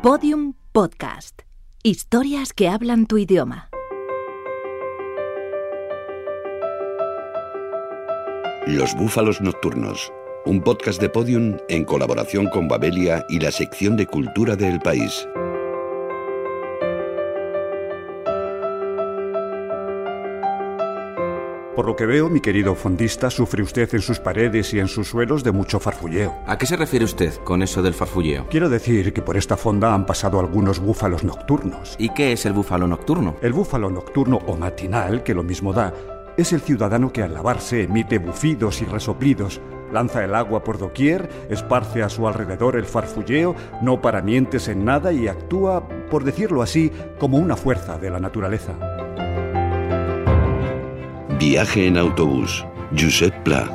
Podium Podcast. Historias que hablan tu idioma. Los Búfalos Nocturnos, un podcast de Podium en colaboración con Babelia y la sección de cultura de El País. Por lo que veo, mi querido fondista, sufre usted en sus paredes y en sus suelos de mucho farfulleo. ¿A qué se refiere usted con eso del farfulleo? Quiero decir que por esta fonda han pasado algunos búfalos nocturnos. ¿Y qué es el búfalo nocturno? El búfalo nocturno o matinal, que lo mismo da, es el ciudadano que al lavarse emite bufidos y resoplidos, lanza el agua por doquier, esparce a su alrededor el farfulleo, no para mientes en nada y actúa, por decirlo así, como una fuerza de la naturaleza. Viaje en autobús. Josep Pla.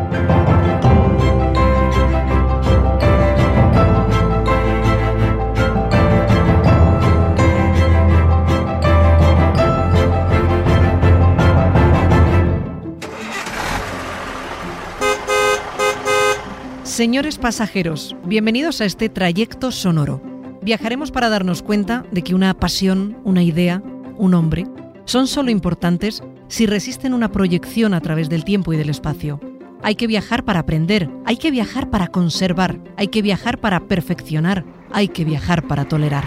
Señores pasajeros, bienvenidos a este trayecto sonoro. Viajaremos para darnos cuenta de que una pasión, una idea, un hombre, son solo importantes si resisten una proyección a través del tiempo y del espacio. Hay que viajar para aprender, hay que viajar para conservar, hay que viajar para perfeccionar, hay que viajar para tolerar.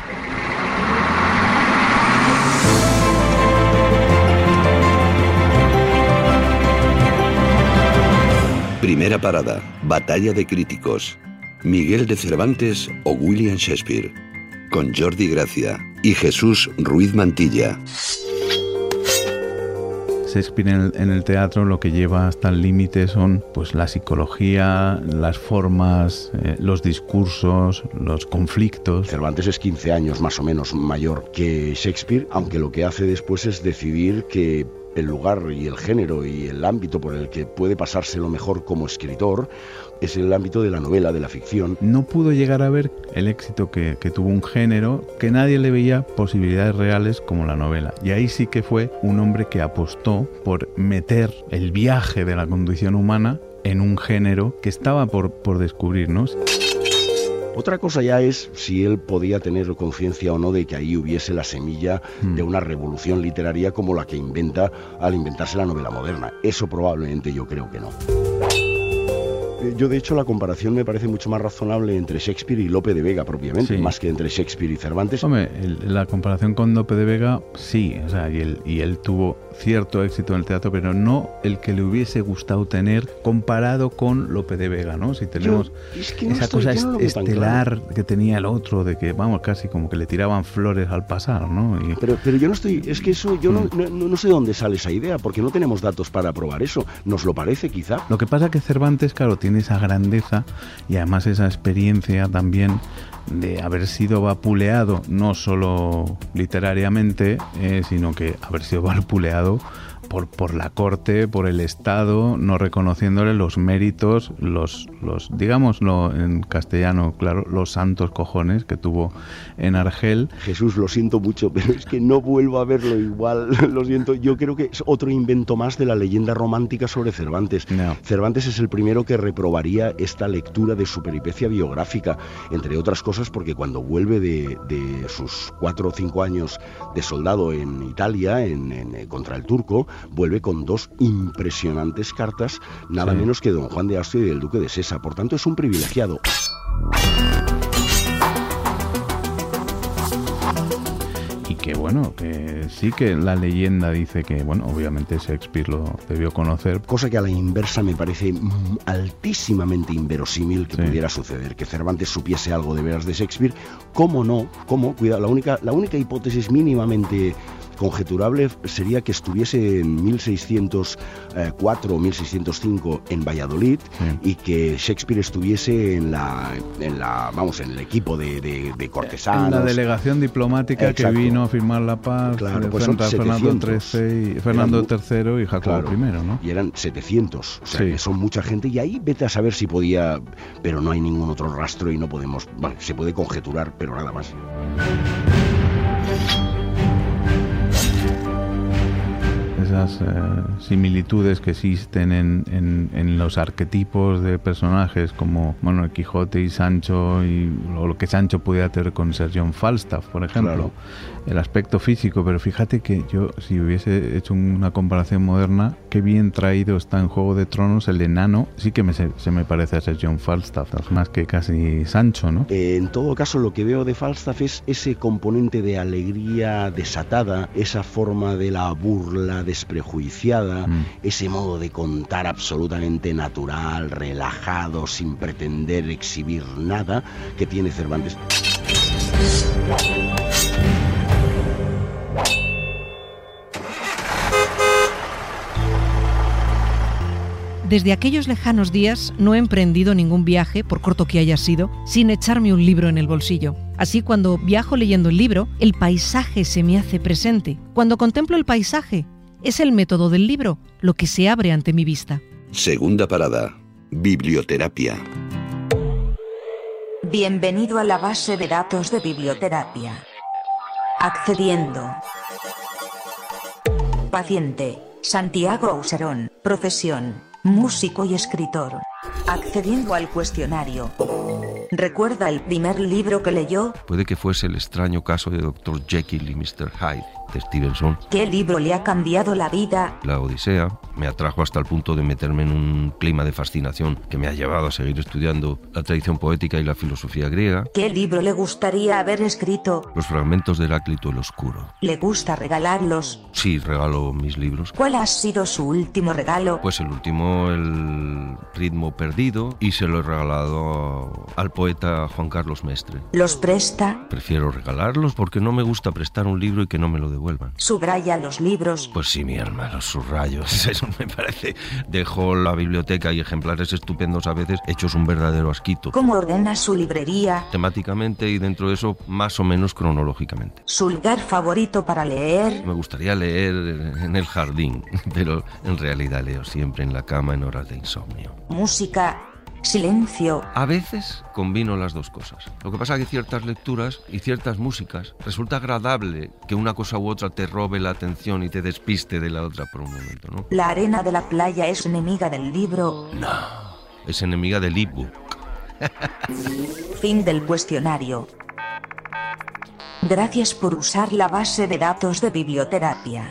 Primera parada, batalla de críticos. Miguel de Cervantes o William Shakespeare. Con Jordi Gracia y Jesús Ruiz Mantilla. Shakespeare en el teatro lo que lleva hasta el límite son pues la psicología, las formas, los discursos, los conflictos. Cervantes es 15 años más o menos mayor que Shakespeare, aunque lo que hace después es decidir que el lugar y el género y el ámbito por el que puede pasárselo mejor como escritor es el ámbito de la novela, de la ficción. No pudo llegar a ver el éxito que tuvo un género que nadie le veía posibilidades reales como la novela. Y ahí sí que fue un hombre que apostó por meter el viaje de la condición humana en un género que estaba por descubrirnos. Otra cosa ya es si él podía tener conciencia o no de que ahí hubiese la semilla de una revolución literaria como la que inventa al inventarse la novela moderna. Eso probablemente yo creo que no. Yo, de hecho, la comparación me parece mucho más razonable entre Shakespeare y Lope de Vega, propiamente, sí, más que entre Shakespeare y Cervantes. Hombre, la comparación con Lope de Vega, sí, o sea, y él tuvo cierto éxito en el teatro, pero no el que le hubiese gustado tener comparado con Lope de Vega, ¿no? Si tenemos esa cosa estelar que tenía el otro, de que, vamos, casi como que le tiraban flores al pasar, ¿no? Pero yo no estoy, es que eso, yo no sé de dónde sale esa idea, porque no tenemos datos para probar eso. Nos lo parece, quizá. Lo que pasa es que Cervantes, claro, tiene esa grandeza y además esa experiencia también de haber sido vapuleado no solo literariamente, sino que haber sido vapuleado por la corte, por el Estado, no reconociéndole los méritos, los digámoslo en castellano, claro, los santos cojones que tuvo en Argel. Jesús, lo siento mucho, pero es que no vuelvo a verlo igual, lo siento. Yo creo que es otro invento más de la leyenda romántica sobre Cervantes. No. Cervantes es el primero que reprobaría esta lectura de su peripecia biográfica, entre otras cosas porque cuando vuelve de sus 4 o 5 años de soldado en Italia, contra el turco, vuelve con 2 impresionantes cartas, nada menos que don Juan de Austria y del duque de Sesa. Por tanto, es un privilegiado. Y que bueno, que sí que la leyenda dice que, bueno, obviamente Shakespeare lo debió conocer. Cosa que a la inversa me parece altísimamente inverosímil que pudiera suceder, que Cervantes supiese algo de veras de Shakespeare. ¿Cómo no? ¿Cómo? Cuidado, la única hipótesis mínimamente conjeturable sería que estuviese en 1604 o 1605 en Valladolid y que Shakespeare estuviese en el equipo de cortesanos. En la delegación diplomática. Exacto. Que vino a firmar la paz, claro, pues Fernando III y Jacobo I, ¿no? Y eran 700, o sea, que son mucha gente, y ahí vete a saber si podía, pero no hay ningún otro rastro y no podemos, bueno, se puede conjeturar, pero nada más. esas similitudes que existen en los arquetipos de personajes como el Quijote y Sancho, o lo que Sancho pudiera tener con Sir John Falstaff, por ejemplo. Claro. El aspecto físico, pero fíjate que yo, si hubiese hecho una comparación moderna, qué bien traído está en Juego de Tronos el enano, sí que se me parece a Sir John Falstaff, más que casi Sancho, ¿no? En todo caso, lo que veo de Falstaff es ese componente de alegría desatada, esa forma de la burla desprejuiciada, ese modo de contar absolutamente natural, relajado, sin pretender exhibir nada, que tiene Cervantes. Desde aquellos lejanos días no he emprendido ningún viaje, por corto que haya sido, sin echarme un libro en el bolsillo. Así, cuando viajo leyendo el libro, el paisaje se me hace presente. Cuando contemplo el paisaje, es el método del libro lo que se abre ante mi vista. Segunda parada, biblioterapia. Bienvenido a la base de datos de biblioterapia. Accediendo. Paciente: Santiago Auserón. Profesión: músico y escritor. Accediendo al cuestionario. ¿Recuerda el primer libro que leyó? Puede que fuese El extraño caso de Dr. Jekyll y Mr. Hyde, de Stevenson. ¿Qué libro le ha cambiado la vida? La Odisea. Me atrajo hasta el punto de meterme en un clima de fascinación que me ha llevado a seguir estudiando la tradición poética y la filosofía griega. ¿Qué libro le gustaría haber escrito? Los fragmentos de Heráclito el Oscuro. ¿Le gusta regalarlos? Sí, regalo mis libros. ¿Cuál ha sido su último regalo? Pues el último, El ritmo perdido, y se lo he regalado al poeta Juan Carlos Mestre. ¿Los presta? Prefiero regalarlos porque no me gusta prestar un libro y que no me lo devuelvan. ¿Subraya los libros? Pues sí, mi alma, los subrayo. Eso me parece. Dejo la biblioteca y ejemplares estupendos a veces hechos un verdadero asquito. ¿Cómo ordena su librería? Temáticamente y dentro de eso más o menos cronológicamente. ¿Su lugar favorito para leer? Me gustaría leer en el jardín, pero en realidad leo siempre en la cama en horas de insomnio. Música, silencio. A veces combino las dos cosas. Lo que pasa es que ciertas lecturas y ciertas músicas resulta agradable que una cosa u otra te robe la atención y te despiste de la otra por un momento, ¿no? ¿La arena de la playa es enemiga del libro? No, es enemiga del ebook. Fin del cuestionario. Gracias por usar la base de datos de biblioterapia.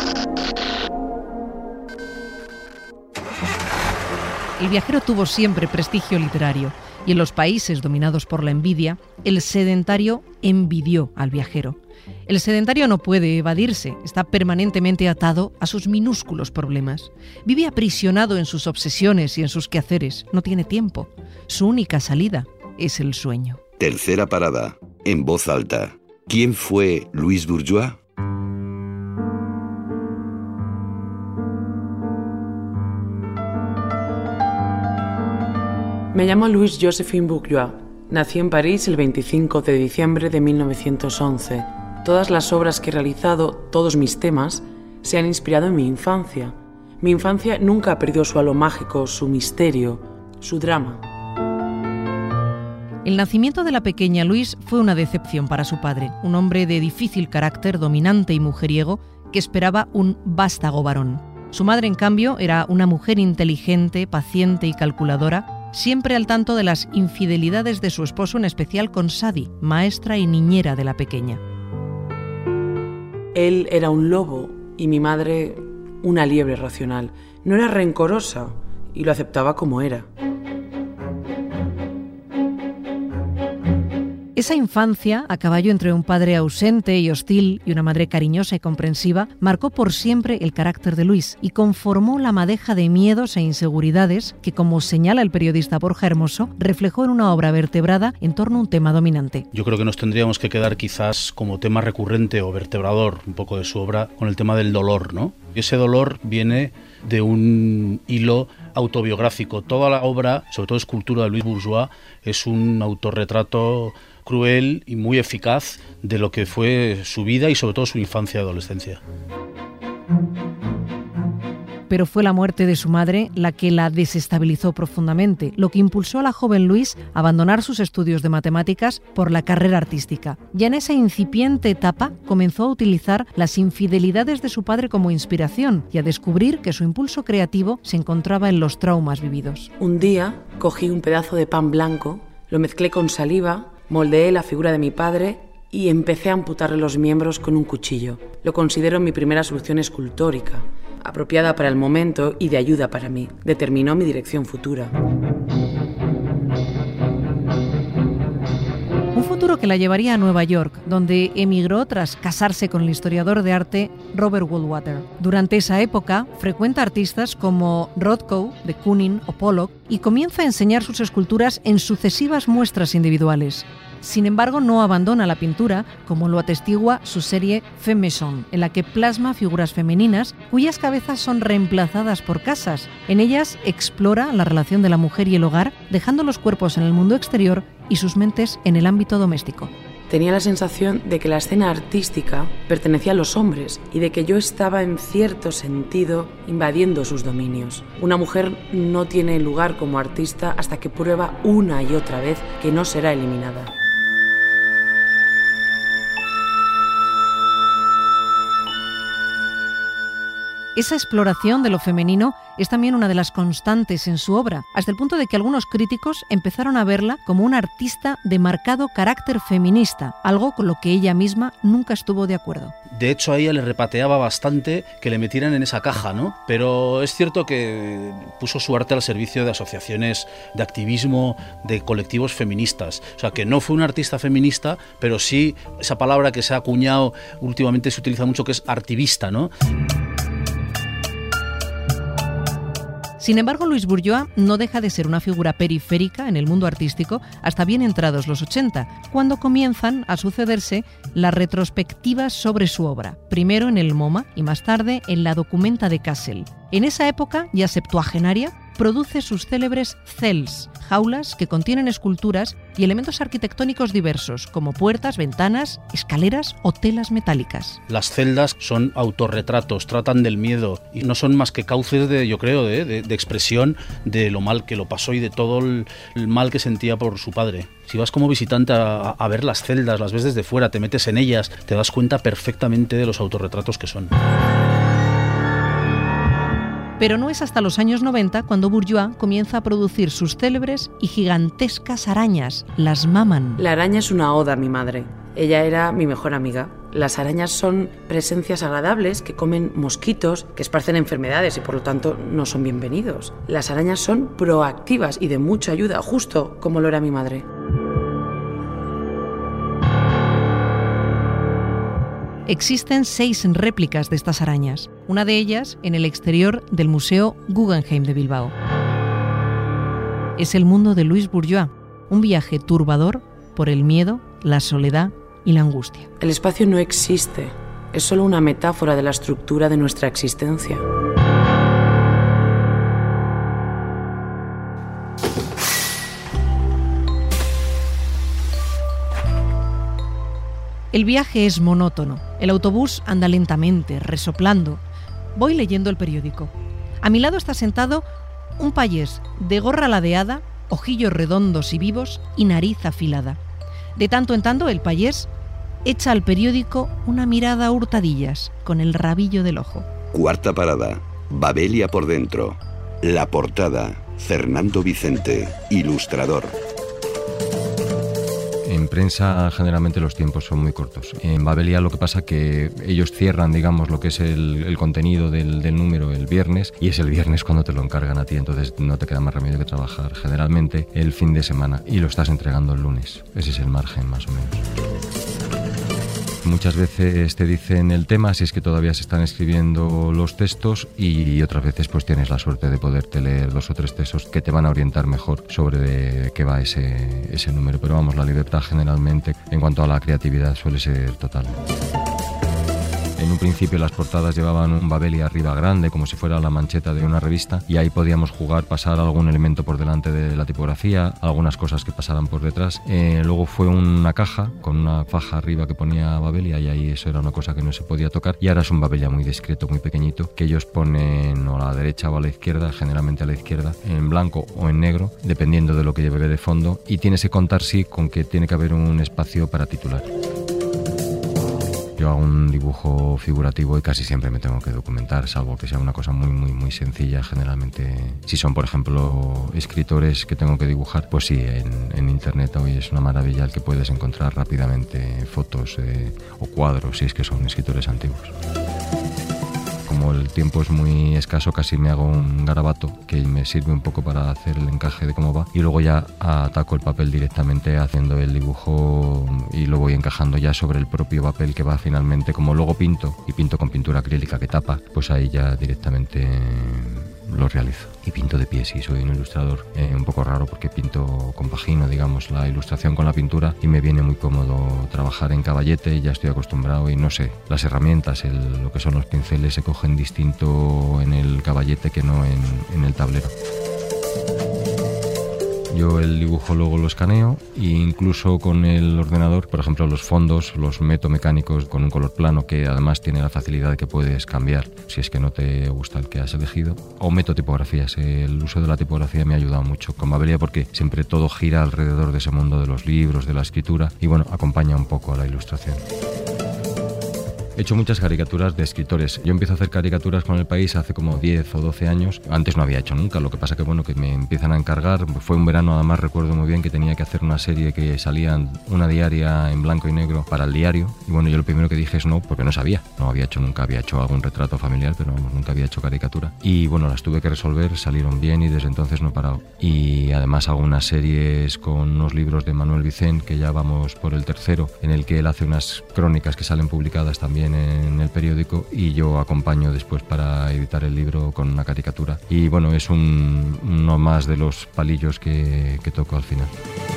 El viajero tuvo siempre prestigio literario, y en los países dominados por la envidia, el sedentario envidió al viajero. El sedentario no puede evadirse, está permanentemente atado a sus minúsculos problemas. Vive aprisionado en sus obsesiones y en sus quehaceres, no tiene tiempo. Su única salida es el sueño. Tercera parada, en voz alta. ¿Quién fue Louis Bourgeois? Me llamo Louise Joséphine Bourgeois. Nací en París el 25 de diciembre de 1911. Todas las obras que he realizado, todos mis temas, se han inspirado en mi infancia. Mi infancia nunca ha perdido su halo mágico, su misterio, su drama. El nacimiento de la pequeña Louise fue una decepción para su padre, un hombre de difícil carácter, dominante y mujeriego, que esperaba un vástago varón. Su madre, en cambio, era una mujer inteligente, paciente y calculadora, siempre al tanto de las infidelidades de su esposo, en especial con Sadie, maestra y niñera de la pequeña. Él era un lobo y mi madre una liebre racional. No era rencorosa y lo aceptaba como era. Esa infancia, a caballo entre un padre ausente y hostil y una madre cariñosa y comprensiva, marcó por siempre el carácter de Luis y conformó la madeja de miedos e inseguridades que, como señala el periodista Borja Hermoso, reflejó en una obra vertebrada en torno a un tema dominante. Yo creo que nos tendríamos que quedar quizás como tema recurrente o vertebrador un poco de su obra con el tema del dolor, ¿no? Y ese dolor viene de un hilo autobiográfico. Toda la obra, sobre todo escultura de Louis Bourgeois, es un autorretrato cruel y muy eficaz de lo que fue su vida y sobre todo su infancia y adolescencia. pero fue la muerte de su madre la que la desestabilizó profundamente, lo que impulsó a la joven Louise a abandonar sus estudios de matemáticas por la carrera artística. Ya en esa incipiente etapa comenzó a utilizar las infidelidades de su padre como inspiración y a descubrir que su impulso creativo se encontraba en los traumas vividos. Un día cogí un pedazo de pan blanco, lo mezclé con saliva, moldeé la figura de mi padre y empecé a amputarle los miembros con un cuchillo. Lo considero mi primera solución escultórica, apropiada para el momento y de ayuda para mí. Determinó mi dirección futura. Un futuro que la llevaría a Nueva York, donde emigró tras casarse con el historiador de arte Robert Woolwater. Durante esa época, frecuenta artistas como Rothko, de Kooning o Pollock y comienza a enseñar sus esculturas en sucesivas muestras individuales. Sin embargo, no abandona la pintura, como lo atestigua su serie Femme Maison, en la que plasma figuras femeninas cuyas cabezas son reemplazadas por casas. En ellas explora la relación de la mujer y el hogar, dejando los cuerpos en el mundo exterior y sus mentes en el ámbito doméstico. Tenía la sensación de que la escena artística pertenecía a los hombres y de que yo estaba en cierto sentido invadiendo sus dominios. Una mujer no tiene lugar como artista hasta que prueba una y otra vez que no será eliminada. Esa exploración de lo femenino es también una de las constantes en su obra, hasta el punto de que algunos críticos empezaron a verla como una artista de marcado carácter feminista, algo con lo que ella misma nunca estuvo de acuerdo. De hecho, a ella le repateaba bastante que le metieran en esa caja, ¿no? Pero es cierto que puso su arte al servicio de asociaciones de activismo, de colectivos feministas. O sea, que no fue una artista feminista, pero sí esa palabra que se ha acuñado últimamente se utiliza mucho, que es artivista, ¿no? Sin embargo, Louise Bourgeois no deja de ser una figura periférica en el mundo artístico hasta bien entrados los 80, cuando comienzan a sucederse las retrospectivas sobre su obra, primero en el MoMA y más tarde en la Documenta de Kassel. En esa época, ya septuagenaria, produce sus célebres cells, jaulas que contienen esculturas y elementos arquitectónicos diversos, como puertas, ventanas, escaleras o telas metálicas. Las celdas son autorretratos, tratan del miedo y no son más que cauces de expresión de lo mal que lo pasó y de todo el mal que sentía por su padre. Si vas como visitante a ver las celdas, las ves desde fuera, te metes en ellas, te das cuenta perfectamente de los autorretratos que son. Pero no es hasta los años 90 cuando Bourgeois comienza a producir sus célebres y gigantescas arañas, las Maman. La araña es una oda a mi madre. Ella era mi mejor amiga. Las arañas son presencias agradables que comen mosquitos, que esparcen enfermedades y por lo tanto no son bienvenidos. Las arañas son proactivas y de mucha ayuda, justo como lo era mi madre. Existen 6 réplicas de estas arañas, una de ellas en el exterior del Museo Guggenheim de Bilbao. Es el mundo de Louise Bourgeois, un viaje turbador por el miedo, la soledad y la angustia. El espacio no existe, es solo una metáfora de la estructura de nuestra existencia. El viaje es monótono. El autobús anda lentamente, resoplando. Voy leyendo el periódico. A mi lado está sentado un payés de gorra ladeada, ojillos redondos y vivos y nariz afilada. De tanto en tanto, el payés echa al periódico una mirada a hurtadillas, con el rabillo del ojo. Cuarta parada. Babelia por dentro. La portada. Fernando Vicente, ilustrador. En prensa generalmente los tiempos son muy cortos. En Babelia lo que pasa que ellos cierran, digamos, lo que es el contenido del número el viernes, y es el viernes cuando te lo encargan a ti, entonces no te queda más remedio que trabajar generalmente el fin de semana y lo estás entregando el lunes. Ese es el margen más o menos. Muchas veces te dicen el tema, si es que todavía se están escribiendo los textos, y otras veces pues tienes la suerte de poderte leer 2 o 3 textos que te van a orientar mejor sobre de qué va ese número. Pero vamos, la libertad generalmente en cuanto a la creatividad suele ser total. En un principio las portadas llevaban un Babelia arriba grande, como si fuera la mancheta de una revista, y ahí podíamos jugar, pasar algún elemento por delante de la tipografía, algunas cosas que pasaran por detrás. Luego fue una caja con una faja arriba que ponía Babelia, y ahí eso era una cosa que no se podía tocar, y ahora es un Babelia muy discreto, muy pequeñito, que ellos ponen o a la derecha o a la izquierda, generalmente a la izquierda, en blanco o en negro, dependiendo de lo que lleve de fondo, y tienes que contar sí con que tiene que haber un espacio para titular. Yo hago un dibujo figurativo y casi siempre me tengo que documentar, salvo que sea una cosa muy sencilla. Generalmente, si son, por ejemplo, escritores que tengo que dibujar, pues sí, en internet hoy es una maravilla el que puedes encontrar rápidamente fotos o cuadros, si es que son escritores antiguos. Como el tiempo es muy escaso, casi me hago un garabato que me sirve un poco para hacer el encaje de cómo va, y luego ya ataco el papel directamente haciendo el dibujo y lo voy encajando ya sobre el propio papel que va finalmente. Como luego pinto con pintura acrílica que tapa, pues ahí ya directamente lo realizo. Y pinto de pie, sí, soy un ilustrador un poco raro porque compagino, digamos, la ilustración con la pintura, y me viene muy cómodo trabajar en caballete, ya estoy acostumbrado, y no sé, las herramientas, lo que son los pinceles se cogen distinto en el caballete que no en el tablero. Yo el dibujo luego lo escaneo, e incluso con el ordenador, por ejemplo, los fondos los meto mecánicos con un color plano, que además tiene la facilidad de que puedes cambiar si es que no te gusta el que has elegido, o meto tipografías. El uso de la tipografía me ha ayudado mucho con Babelia porque siempre todo gira alrededor de ese mundo de los libros, de la escritura, y bueno, acompaña un poco a la ilustración. He hecho muchas caricaturas de escritores. Yo empiezo a hacer caricaturas con El País hace como 10 o 12 años. Antes no había hecho nunca, lo que pasa que bueno, que me empiezan a encargar. Fue un verano, además recuerdo muy bien que tenía que hacer una serie que salía una diaria en blanco y negro para el diario. Y bueno, yo lo primero que dije es no, porque no sabía. No había hecho nunca, había hecho algún retrato familiar, pero nunca había hecho caricatura. Y bueno, las tuve que resolver, salieron bien y desde entonces no he parado. Y además hago unas series con unos libros de Manuel Vicent, que ya vamos por el tercero, en el que él hace unas crónicas que salen publicadas también en el periódico, y yo acompaño después para editar el libro con una caricatura. Y bueno, es uno más de los palillos que toco al final.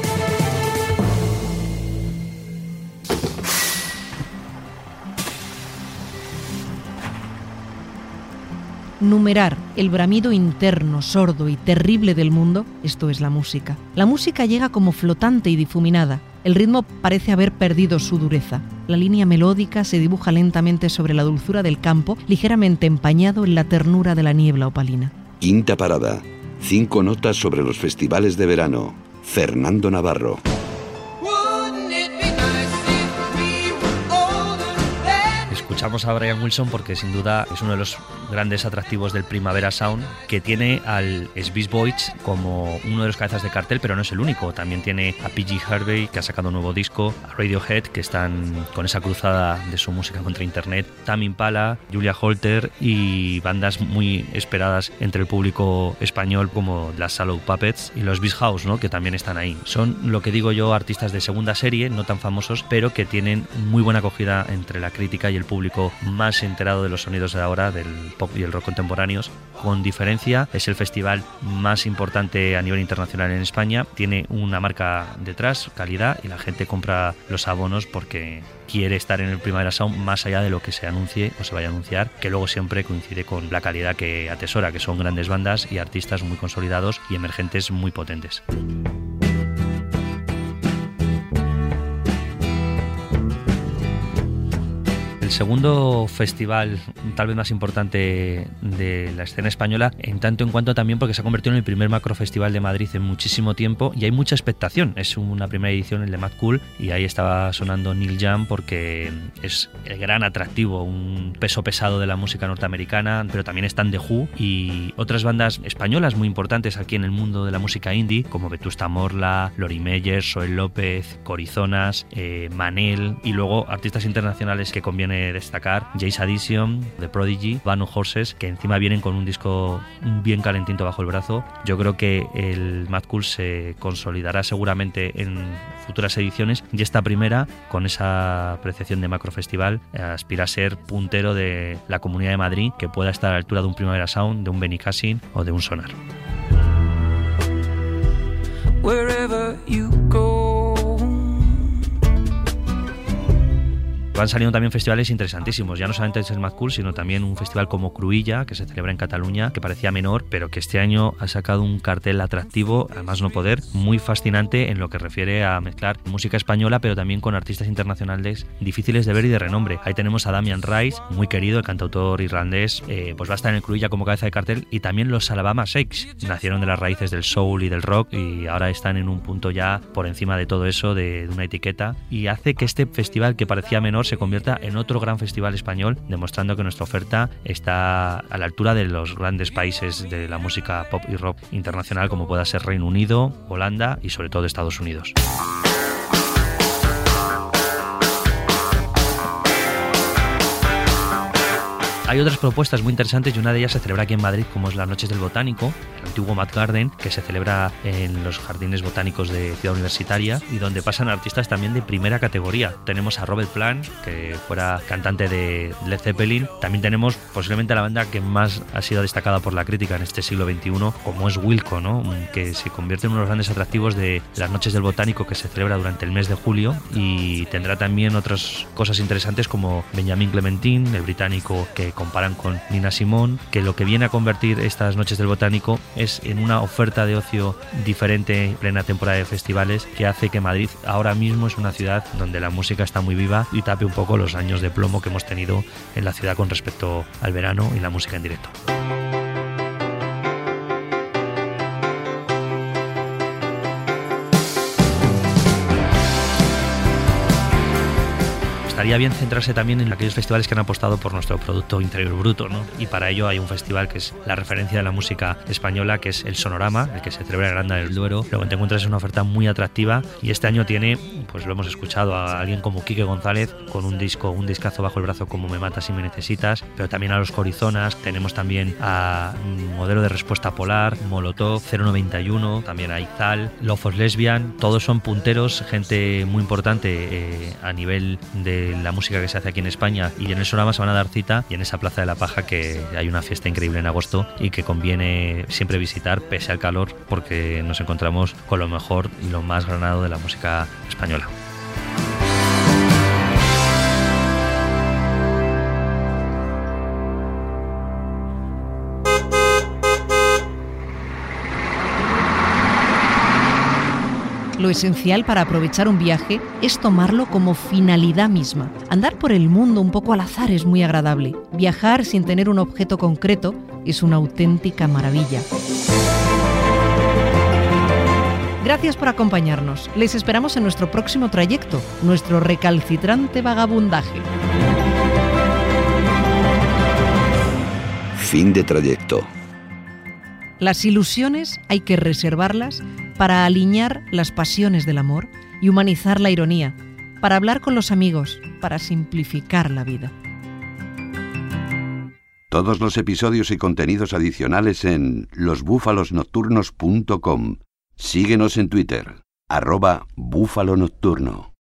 Numerar el bramido interno, sordo y terrible del mundo, esto es la música. La música llega como flotante y difuminada. El ritmo parece haber perdido su dureza. La línea melódica se dibuja lentamente sobre la dulzura del campo, ligeramente empañado en la ternura de la niebla opalina. Quinta parada. 5 notas sobre los festivales de verano. Fernando Navarro. Escuchamos a Brian Wilson porque sin duda es uno de los grandes atractivos del Primavera Sound, que tiene al Beach Boys como uno de los cabezas de cartel, pero no es el único. También tiene a PG Harvey, que ha sacado un nuevo disco, a Radiohead, que están con esa cruzada de su música contra internet, Tame Impala, Julia Holter, y bandas muy esperadas entre el público español como las Sallow Puppets y los Beach House, ¿no?, que también están ahí. Son, lo que digo yo, artistas de segunda serie, no tan famosos, pero que tienen muy buena acogida entre la crítica y el público más enterado de los sonidos de ahora, del pop y el rock contemporáneos. Con diferencia, es el festival más importante a nivel internacional en España. Tiene una marca detrás, calidad, y la gente compra los abonos porque quiere estar en el Primavera Sound más allá de lo que se anuncie o se vaya a anunciar, que luego siempre coincide con la calidad que atesora, que son grandes bandas y artistas muy consolidados y emergentes muy potentes. El segundo festival, tal vez más importante de la escena española, en tanto en cuanto también porque se ha convertido en el primer macrofestival de Madrid en muchísimo tiempo, y hay mucha expectación. Es una primera edición, el de Mad Cool, y ahí estaba sonando Neil Young porque es el gran atractivo, un peso pesado de la música norteamericana, pero también están The Who y otras bandas españolas muy importantes aquí en el mundo de la música indie, como Vetusta Morla, Lori Meyer, Soel López, Corizonas, Manel, y luego artistas internacionales que conviene destacar: Jace Addition, The Prodigy, Van Horses, que encima vienen con un disco bien calentito bajo el brazo. Yo creo que el Mad Cool se consolidará seguramente en futuras ediciones, y esta primera, con esa apreciación de macrofestival, aspira a ser puntero de la Comunidad de Madrid, que pueda estar a la altura de un Primavera Sound, de un Benicassin o de un Sonar. van saliendo también festivales interesantísimos. Ya no solamente es el Mad Cool, sino también un festival como Cruïlla, que se celebra en Cataluña, que parecía menor, pero que este año ha sacado un cartel atractivo, además no poder, muy fascinante en lo que refiere a mezclar música española, pero también con artistas internacionales difíciles de ver y de renombre. Ahí tenemos a Damien Rice, muy querido, el cantautor irlandés, pues va a estar en el Cruïlla como cabeza de cartel, y también los Alabama Shakes. Nacieron de las raíces del soul y del rock y ahora están en un punto ya por encima de todo eso, de una etiqueta, y hace que este festival que parecía menor se convierta en otro gran festival español, demostrando que nuestra oferta está a la altura de los grandes países de la música pop y rock internacional, como pueda ser Reino Unido, Holanda y sobre todo Estados Unidos. Hay otras propuestas muy interesantes y una de ellas se celebra aquí en Madrid, como es las Noches del Botánico, el antiguo Mad Garden, que se celebra en los jardines botánicos de Ciudad Universitaria y donde pasan artistas también de primera categoría. Tenemos a Robert Plant, que fuera cantante de Led Zeppelin. También tenemos posiblemente la banda que más ha sido destacada por la crítica en este siglo XXI, como es Wilco, ¿no? Que se convierte en uno de los grandes atractivos de las Noches del Botánico, que se celebra durante el mes de julio, y tendrá también otras cosas interesantes como Benjamin Clementine, el británico que comparan con Nina Simone, que lo que viene a convertir estas Noches del Botánico es en una oferta de ocio diferente en plena temporada de festivales, que hace que Madrid ahora mismo es una ciudad donde la música está muy viva y tape un poco los años de plomo que hemos tenido en la ciudad con respecto al verano y la música en directo. Estaría bien centrarse también en aquellos festivales que han apostado por nuestro Producto Interior Bruto, ¿no? Y para ello hay un festival que es la referencia de la música española, que es el Sonorama, el que se celebra en Aranda del Duero. Lo que te encuentras es una oferta muy atractiva y este año tiene, pues lo hemos escuchado, a alguien como Quique González con un discazo bajo el brazo como Me Matas si Me Necesitas, pero también a los Corizonas. Tenemos también a Modelo de Respuesta Polar, Molotov, 091, también a Izal, Love for Lesbian. Todos son punteros, gente muy importante a nivel de la música que se hace aquí en España, y en el Sonorama se van a dar cita, y en esa Plaza de la Paja, que hay una fiesta increíble en agosto y que conviene siempre visitar pese al calor, porque nos encontramos con lo mejor y lo más granado de la música española. Lo esencial para aprovechar un viaje es tomarlo como finalidad misma. Andar por el mundo un poco al azar es muy agradable. Viajar sin tener un objeto concreto es una auténtica maravilla. Gracias por acompañarnos. Les esperamos en nuestro próximo trayecto, nuestro recalcitrante vagabundaje. Fin de trayecto. Las ilusiones hay que reservarlas para alinear las pasiones del amor y humanizar la ironía, para hablar con los amigos, para simplificar la vida. Todos los episodios y contenidos adicionales en losbúfalosnocturnos.com. Síguenos en Twitter, @búfalonocturno.